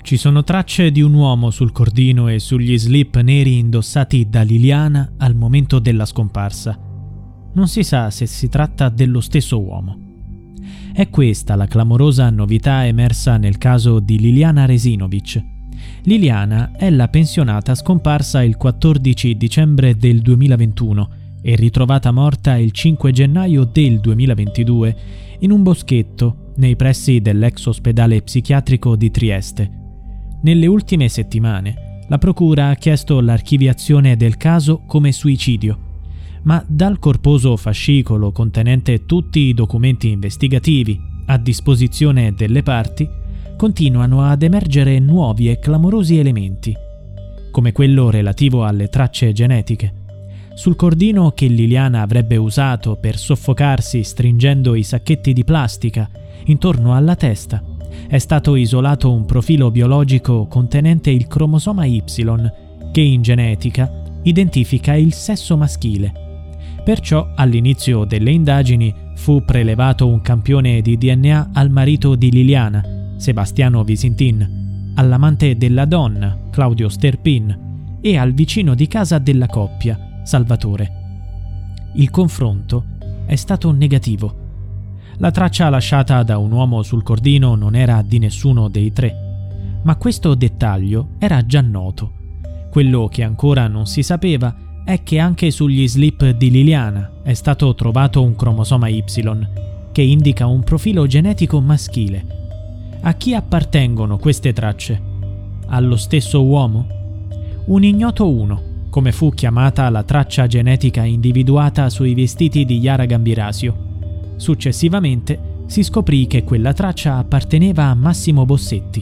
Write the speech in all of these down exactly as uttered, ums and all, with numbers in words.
Ci sono tracce di un uomo sul cordino e sugli slip neri indossati da Liliana al momento della scomparsa. Non si sa se si tratta dello stesso uomo. È questa la clamorosa novità emersa nel caso di Liliana Resinovic. Liliana è la pensionata scomparsa il quattordici dicembre del duemilaventuno e ritrovata morta il cinque gennaio del duemilaventidue in un boschetto nei pressi dell'ex ospedale psichiatrico di Trieste. Nelle ultime settimane la procura ha chiesto l'archiviazione del caso come suicidio, ma dal corposo fascicolo contenente tutti i documenti investigativi a disposizione delle parti continuano ad emergere nuovi e clamorosi elementi, come quello relativo alle tracce genetiche. Sul cordino che Liliana avrebbe usato per soffocarsi stringendo i sacchetti di plastica intorno alla testa è stato isolato un profilo biologico contenente il cromosoma Y, che in genetica identifica il sesso maschile. Perciò all'inizio delle indagini fu prelevato un campione di D N A al marito di Liliana, Sebastiano Visintin, all'amante della donna, Claudio Sterpin, e al vicino di casa della coppia, Salvatore. Il confronto è stato negativo. La traccia lasciata da un uomo sul cordino non era di nessuno dei tre, ma questo dettaglio era già noto. Quello che ancora non si sapeva è che anche sugli slip di Liliana è stato trovato un cromosoma Y, che indica un profilo genetico maschile. A chi appartengono queste tracce? Allo stesso uomo? Un ignoto uno, come fu chiamata la traccia genetica individuata sui vestiti di Yara Gambirasio. Successivamente si scoprì che quella traccia apparteneva a Massimo Bossetti.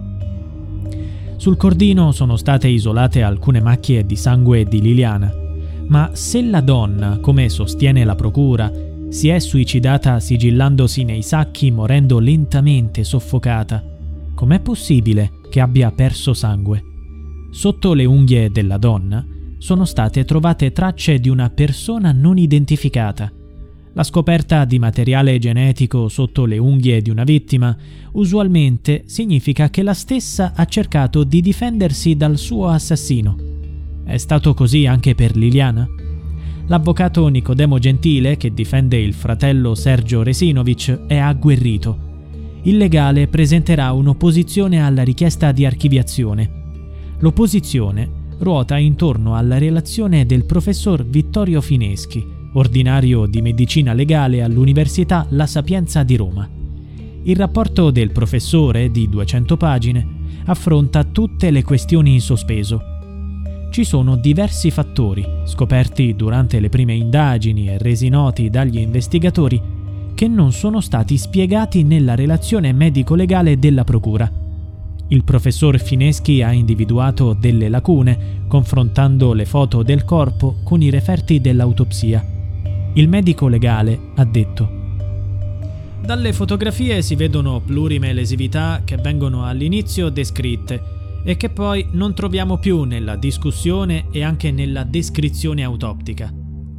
Sul cordino sono state isolate alcune macchie di sangue di Liliana, ma se la donna, come sostiene la procura, si è suicidata sigillandosi nei sacchi morendo lentamente soffocata, com'è possibile che abbia perso sangue? Sotto le unghie della donna sono state trovate tracce di una persona non identificata. La scoperta di materiale genetico sotto le unghie di una vittima usualmente significa che la stessa ha cercato di difendersi dal suo assassino. È stato così anche per Liliana? L'avvocato Nicodemo Gentile, che difende il fratello Sergio Resinovic, è agguerrito. Il legale presenterà un'opposizione alla richiesta di archiviazione. L'opposizione ruota intorno alla relazione del professor Vittorio Fineschi, ordinario di medicina legale all'Università La Sapienza di Roma. Il rapporto del professore, di duecento pagine, affronta tutte le questioni in sospeso. Ci sono diversi fattori, scoperti durante le prime indagini e resi noti dagli investigatori, che non sono stati spiegati nella relazione medico-legale della procura. Il professor Fineschi ha individuato delle lacune, confrontando le foto del corpo con i referti dell'autopsia. Il medico legale ha detto: dalle fotografie si vedono plurime lesività che vengono all'inizio descritte e che poi non troviamo più nella discussione e anche nella descrizione autoptica.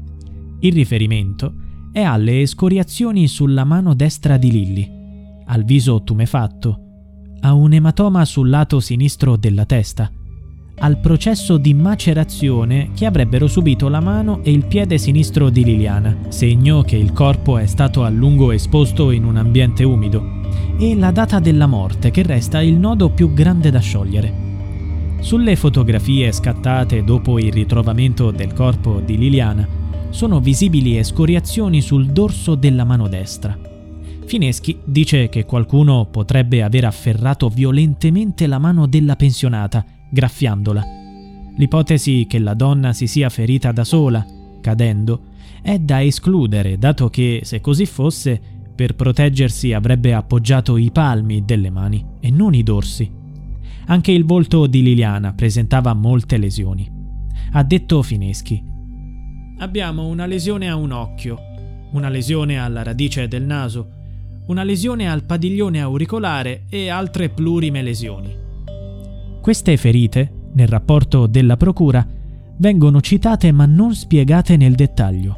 Il riferimento è alle escoriazioni sulla mano destra di Lilly, al viso tumefatto, a un ematoma sul lato sinistro della testa, al processo di macerazione che avrebbero subito la mano e il piede sinistro di Liliana, segno che il corpo è stato a lungo esposto in un ambiente umido, e la data della morte che resta il nodo più grande da sciogliere. Sulle fotografie scattate dopo il ritrovamento del corpo di Liliana sono visibili escoriazioni sul dorso della mano destra. Fineschi dice che qualcuno potrebbe aver afferrato violentemente la mano della pensionata, graffiandola. L'ipotesi che la donna si sia ferita da sola, cadendo, è da escludere, dato che, se così fosse, per proteggersi avrebbe appoggiato i palmi delle mani e non i dorsi. Anche il volto di Liliana presentava molte lesioni. Ha detto Fineschi: abbiamo una lesione a un occhio, una lesione alla radice del naso, una lesione al padiglione auricolare e altre plurime lesioni. Queste ferite, nel rapporto della procura, vengono citate ma non spiegate nel dettaglio.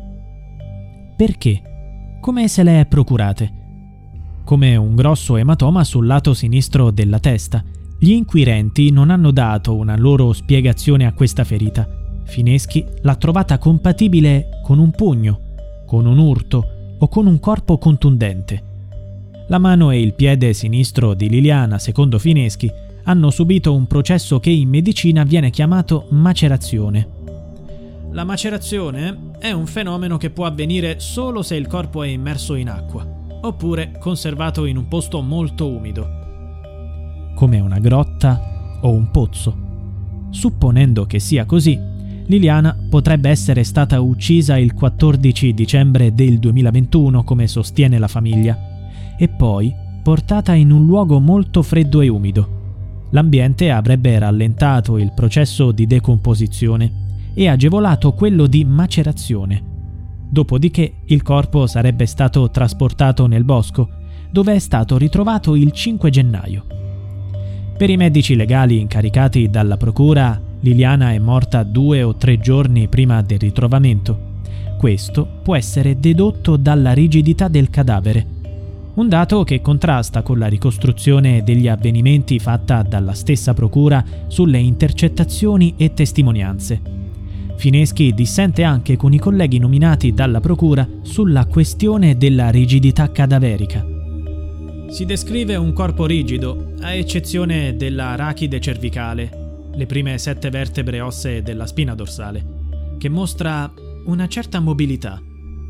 Perché? Come se le è procurate? Come un grosso ematoma sul lato sinistro della testa, Gli inquirenti non hanno dato una loro spiegazione a questa ferita. Fineschi l'ha trovata compatibile con un pugno, con un urto o con un corpo contundente. La mano e il piede sinistro di Liliana, secondo Fineschi, hanno subito un processo che in medicina viene chiamato macerazione. La macerazione è un fenomeno che può avvenire solo se il corpo è immerso in acqua, oppure conservato in un posto molto umido, come una grotta o un pozzo. Supponendo che sia così, Liliana potrebbe essere stata uccisa il quattordici dicembre del duemilaventuno, come sostiene la famiglia, e poi portata in un luogo molto freddo e umido. L'ambiente avrebbe rallentato il processo di decomposizione e agevolato quello di macerazione. Dopodiché il corpo sarebbe stato trasportato nel bosco, dove è stato ritrovato il cinque gennaio. Per i medici legali incaricati dalla procura, Liliana è morta due o tre giorni prima del ritrovamento. Questo può essere dedotto dalla rigidità del cadavere, un dato che contrasta con la ricostruzione degli avvenimenti fatta dalla stessa procura sulle intercettazioni e testimonianze. Fineschi dissente anche con i colleghi nominati dalla procura sulla questione della rigidità cadaverica. Si descrive un corpo rigido, a eccezione della arachide cervicale, le prime sette vertebre ossee della spina dorsale, che mostra una certa mobilità.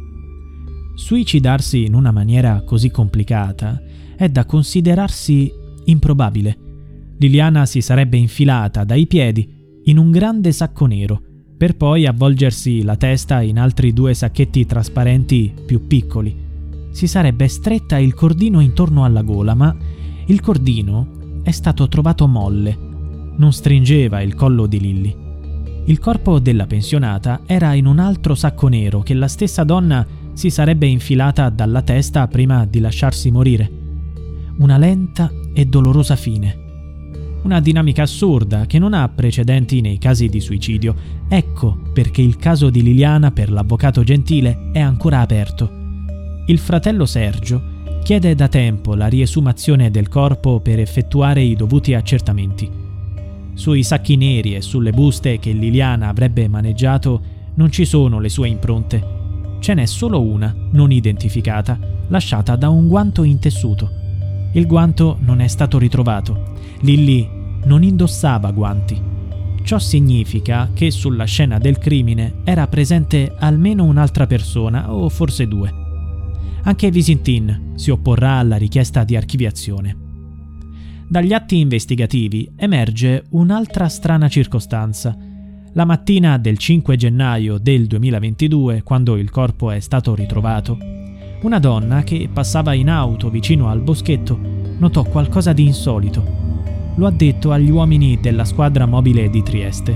Suicidarsi in una maniera così complicata è da considerarsi improbabile. Liliana si sarebbe infilata dai piedi in un grande sacco nero, per poi avvolgersi la testa in altri due sacchetti trasparenti più piccoli. Si sarebbe stretta il cordino intorno alla gola, ma il cordino è stato trovato molle. Non stringeva il collo di Lilly. Il corpo della pensionata era in un altro sacco nero che la stessa donna si sarebbe infilata dalla testa prima di lasciarsi morire. Una lenta e dolorosa fine. Una dinamica assurda che non ha precedenti nei casi di suicidio. Ecco perché il caso di Liliana per l'avvocato Gentile è ancora aperto. Il fratello Sergio chiede da tempo la riesumazione del corpo per effettuare i dovuti accertamenti. Sui sacchi neri e sulle buste che Liliana avrebbe maneggiato non ci sono le sue impronte. Ce n'è solo una, non identificata, lasciata da un guanto in tessuto. Il guanto non è stato ritrovato. Lilly non indossava guanti. Ciò significa che sulla scena del crimine era presente almeno un'altra persona, o forse due. Anche Visintin si opporrà alla richiesta di archiviazione. Dagli atti investigativi emerge un'altra strana circostanza. La mattina del cinque gennaio del duemilaventidue, quando il corpo è stato ritrovato, una donna che passava in auto vicino al boschetto notò qualcosa di insolito. Lo ha detto agli uomini della squadra mobile di Trieste.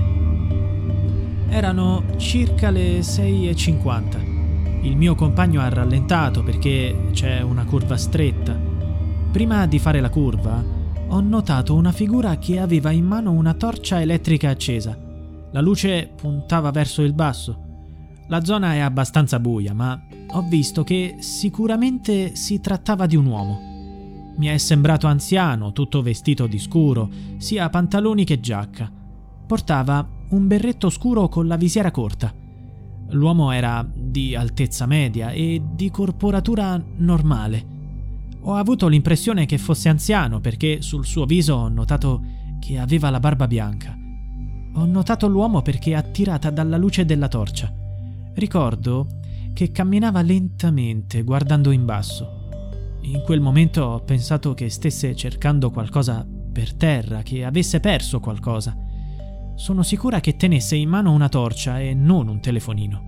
Erano circa le sei e cinquanta. Il mio compagno ha rallentato perché c'è una curva stretta. Prima di fare la curva, ho notato una figura che aveva in mano una torcia elettrica accesa. La luce puntava verso il basso. La zona è abbastanza buia, ma ho visto che sicuramente si trattava di un uomo. Mi è sembrato anziano, tutto vestito di scuro, sia pantaloni che giacca. Portava un berretto scuro con la visiera corta. L'uomo era di altezza media e di corporatura normale. Ho avuto l'impressione che fosse anziano perché sul suo viso ho notato che aveva la barba bianca. Ho notato l'uomo perché attirata dalla luce della torcia. Ricordo che camminava lentamente, guardando in basso. In quel momento ho pensato che stesse cercando qualcosa per terra, che avesse perso qualcosa. Sono sicura che tenesse in mano una torcia e non un telefonino.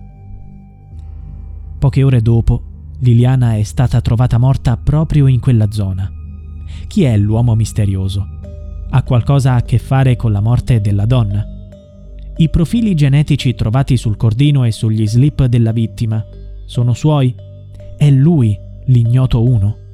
Poche ore dopo, Liliana è stata trovata morta proprio in quella zona. Chi è l'uomo misterioso? Ha qualcosa a che fare con la morte della donna? I profili genetici trovati sul cordino e sugli slip della vittima sono suoi? È lui l'ignoto uno?